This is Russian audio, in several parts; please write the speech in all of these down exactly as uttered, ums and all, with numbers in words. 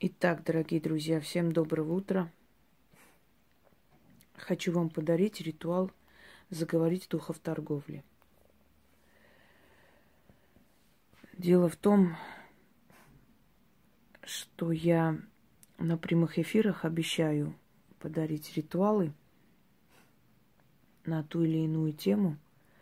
Итак, дорогие друзья, всем доброго утра. Хочу вам подарить ритуал «Заговорить духов торговли». Дело в том, что я на прямых эфирах обещаю подарить ритуалы на ту или иную тему,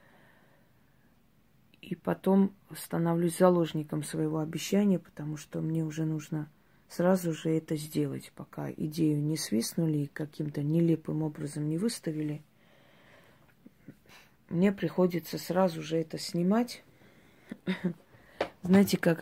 и потом становлюсь заложником своего обещания, потому что мне уже нужно сразу же это сделать, пока идею не свистнули и каким-то нелепым образом не выставили. Мне приходится сразу же это снимать. Знаете, как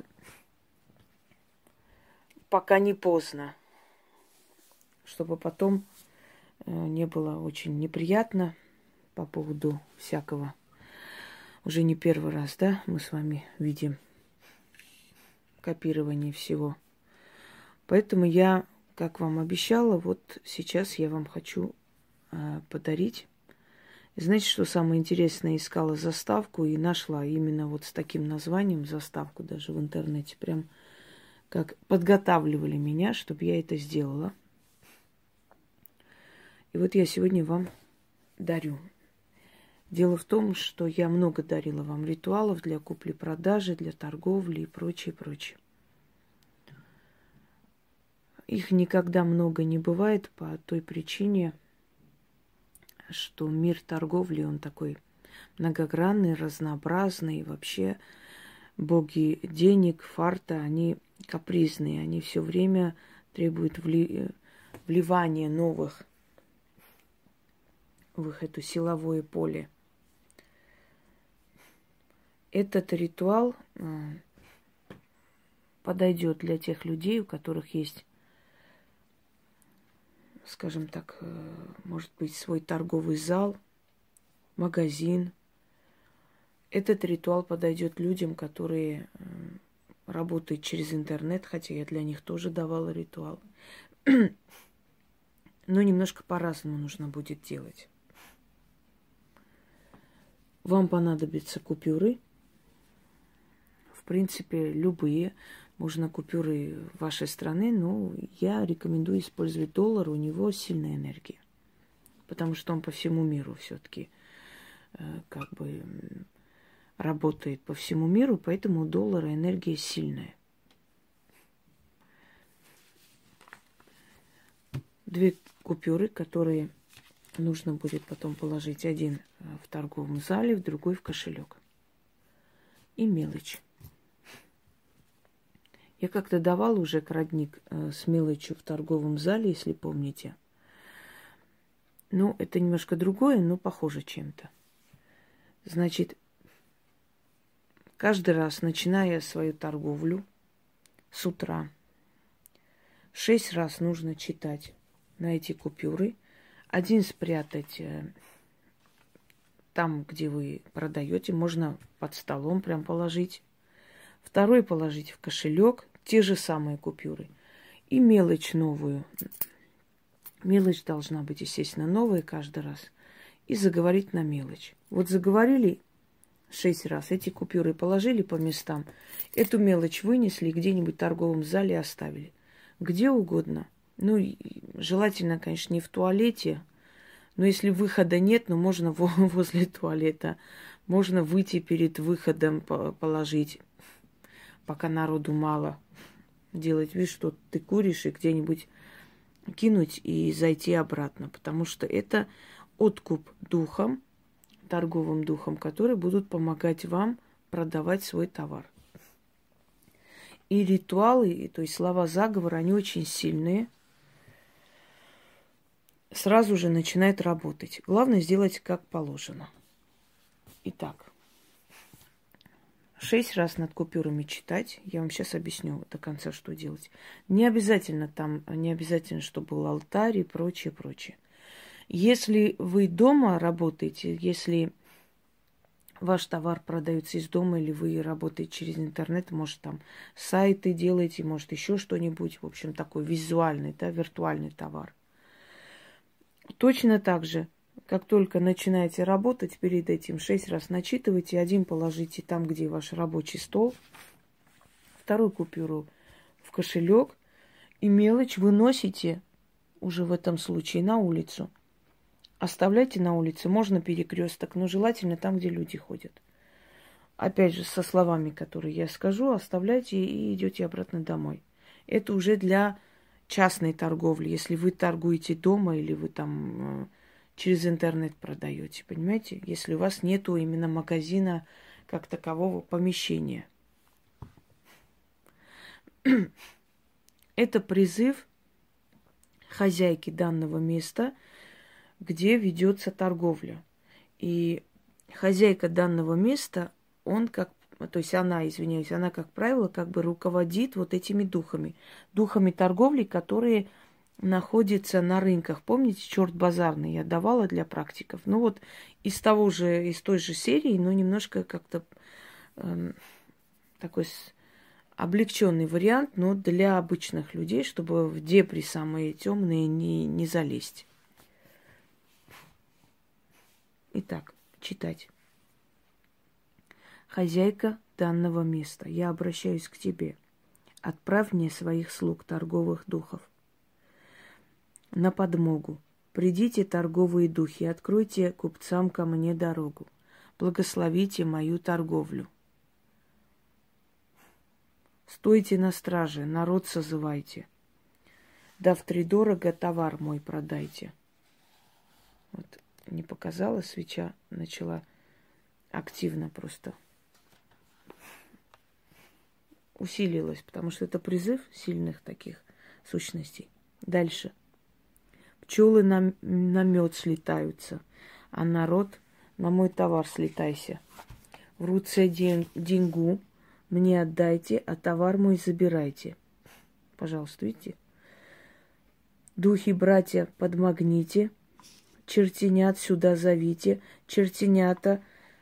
пока не поздно, чтобы потом не было очень неприятно по поводу всякого. Уже не первый раз, да, мы с вами видим копирование всего. Поэтому я, как вам обещала, вот сейчас я вам хочу э, подарить. Знаете, что самое интересное? Искала заставку и нашла именно вот с таким названием заставку даже в интернете. Прям как подготавливали меня, чтобы я это сделала. И вот я сегодня вам дарю. Дело в том, что я много дарила вам ритуалов для купли-продажи, для торговли и прочее, прочее. Их никогда много не бывает по той причине, что мир торговли, он такой многогранный, разнообразный. Вообще боги денег, фарта, они капризные. Они все время требуют вли... вливания новых в их это силовое поле. Этот ритуал подойдет для тех людей, у которых есть, скажем так, может быть, свой торговый зал, магазин. Этот ритуал подойдет людям, которые работают через интернет, хотя я для них тоже давала ритуал. Но немножко по-разному нужно будет делать. Вам понадобятся купюры. В принципе, любые. Можно купюры вашей страны, но я рекомендую использовать доллар, у него сильная энергия. Потому что он по всему миру все-таки э, как бы работает по всему миру, поэтому у доллара энергия сильная. Две купюры, которые нужно будет потом положить. Один в торговом зале, в другой в кошелек. И мелочь. Я как-то давала уже крадник э, с мелочью в торговом зале, если помните. Ну, это немножко другое, но похоже чем-то. Значит, каждый раз, начиная свою торговлю с утра, шесть раз нужно читать на эти купюры. Один спрятать э, там, где вы продаете, можно под столом прям положить. Второй положить в кошелек, те же самые купюры. И мелочь новую. Мелочь должна быть, естественно, новая каждый раз. И заговорить на мелочь. Вот заговорили шесть раз, эти купюры положили по местам. Эту мелочь вынесли и где-нибудь в торговом зале оставили. Где угодно. Ну, желательно, конечно, не в туалете. Но если выхода нет, ну, можно возле туалета. Можно выйти перед выходом, положить, пока народу мало. Делать вид, что ты куришь, и где-нибудь кинуть и зайти обратно. Потому что это откуп духом, торговым духом, которые будут помогать вам продавать свой товар. И ритуалы, то есть слова заговора, они очень сильные. Сразу же начинает работать. Главное сделать как положено. Итак, шесть раз над купюрами читать. Я вам сейчас объясню до конца, что делать. Не обязательно там, не обязательно, чтобы был алтарь и прочее, прочее. Если вы дома работаете, если ваш товар продается из дома, или вы работаете через интернет, может, там сайты делаете, может, еще что-нибудь, в общем, такой визуальный, да, виртуальный товар. Точно так же, как только начинаете работать, перед этим шесть раз начитывайте, один положите там, где ваш рабочий стол, вторую купюру в кошелек, И мелочь выносите уже в этом случае на улицу. Оставляйте на улице, можно перекресток, но желательно там, где люди ходят. Опять же, со словами, которые я скажу, оставляйте и идете обратно домой. Это уже для частной торговли, если вы торгуете дома или вы там э, через интернет продаете, понимаете? Если у вас нету именно магазина как такового помещения. Это призыв хозяйки данного места, где ведется торговля. И хозяйка данного места, он как, то есть она, извиняюсь, она, как правило, как бы руководит вот этими духами. Духами торговли, которые находятся на рынках. Помните, черт базарный я давала для практиков? Ну вот из того же, из той же серии, но немножко как-то э, такой облегченный вариант, но для обычных людей, чтобы в дебри самые темные не, не залезть. Итак, читать. Хозяйка данного места, я обращаюсь к тебе. Отправь мне своих слуг, торговых духов, на подмогу. Придите, торговые духи, откройте купцам ко мне дорогу. Благословите мою торговлю. Стойте на страже, народ созывайте. Да втридорого товар мой продайте. Вот не показала, свеча начала активно просто. Усилилась, потому что это призыв сильных таких сущностей. Дальше. Пчелы на, на мед слетаются, а народ на мой товар слетайся. В руце день, деньгу мне отдайте, а товар мой забирайте. Пожалуйста, видите? Духи, братья, подмогните, чертенят сюда зовите, чертенята,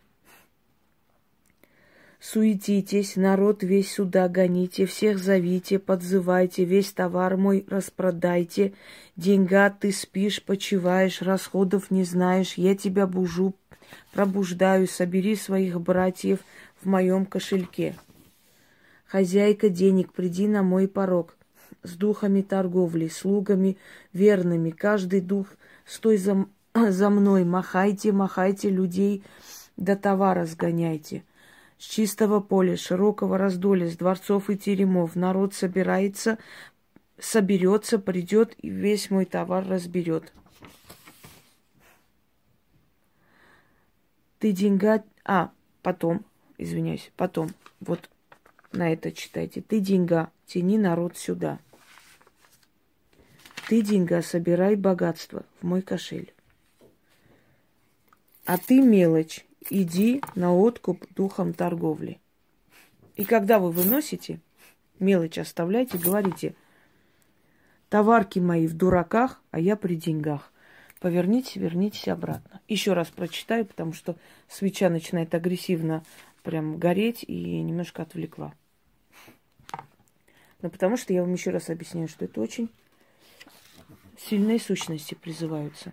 суетитесь, народ весь сюда гоните, всех зовите, подзывайте, весь товар мой распродайте. Деньга ты спишь, почиваешь, расходов не знаешь, я тебя бужу, пробуждаю, собери своих братьев в моем кошельке. Хозяйка денег, приди на мой порог, с духами торговли, слугами верными, каждый дух, стой за, за мной, махайте, махайте людей, до товара сгоняйте. С чистого поля, широкого раздолья, с дворцов и теремов народ собирается, соберется, придет и весь мой товар разберет. Ты деньга... А, потом, извиняюсь, потом, вот на это читайте. Ты деньга, тяни народ сюда. Ты деньга, собирай богатство в мой кошель. А ты мелочь. Иди на откуп духом торговли. И когда вы выносите, мелочь оставляйте, говорите: товарки мои в дураках, а я при деньгах. Поверните, вернитесь обратно. Еще раз прочитаю, потому что свеча начинает агрессивно прям гореть и немножко отвлекла. Но потому что я вам еще раз объясняю, что это очень сильные сущности призываются.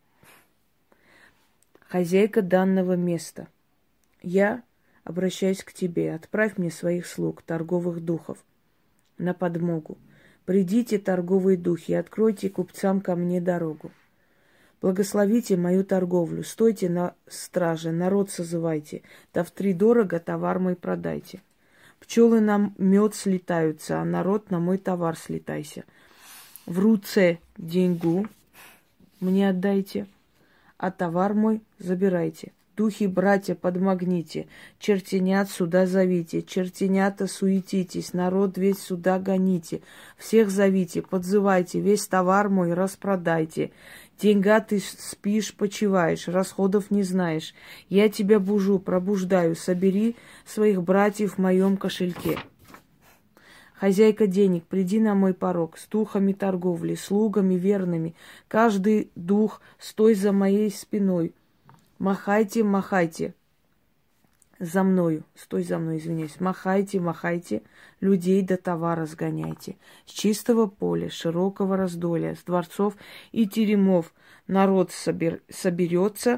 Хозяйка данного места, я обращаюсь к тебе. Отправь мне своих слуг, торговых духов, на подмогу. Придите, торговые духи, откройте купцам ко мне дорогу. Благословите мою торговлю, стойте на страже, народ созывайте, да втридорого товар мой продайте. Пчелы на мед слетаются, а народ на мой товар слетайся. В руце деньгу мне отдайте, а товар мой забирайте. Духи, братья, подмогните, чертенят сюда зовите, чертенята суетитесь, народ весь сюда гоните, всех зовите, подзывайте, весь товар мой распродайте. Деньга ты спишь, почиваешь, расходов не знаешь. Я тебя бужу, пробуждаю, собери своих братьев в моем кошельке. Хозяйка денег, приди на мой порог, с духами торговли, слугами верными. Каждый дух, стой за моей спиной. Махайте, махайте за мною. Стой за мной, извиняюсь. Махайте, махайте, людей до товара сгоняйте. С чистого поля, широкого раздолья, с дворцов и теремов народ собер... соберется,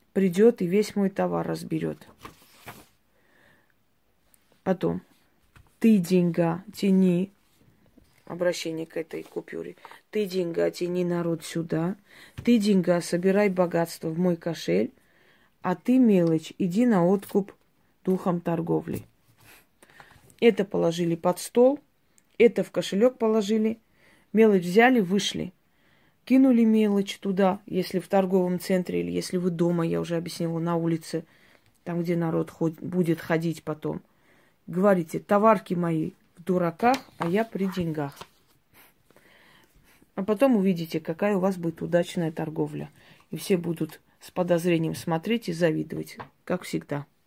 придет и весь мой товар разберет. Потом. Ты, деньга, тяни. Обращение к этой купюре. Ты, деньга, тяни народ сюда. Ты, деньга, собирай богатство в мой кошель. А ты, мелочь, иди на откуп духом торговли. Это положили под стол. Это в кошелек положили. Мелочь взяли, вышли. Кинули мелочь туда, если в торговом центре, или если вы дома, я уже объяснила, на улице, там, где народ ход, будет ходить потом. Говорите, товарки мои в дураках, а я при деньгах. А потом увидите, какая у вас будет удачная торговля. И все будут с подозрением смотреть и завидовать, как всегда.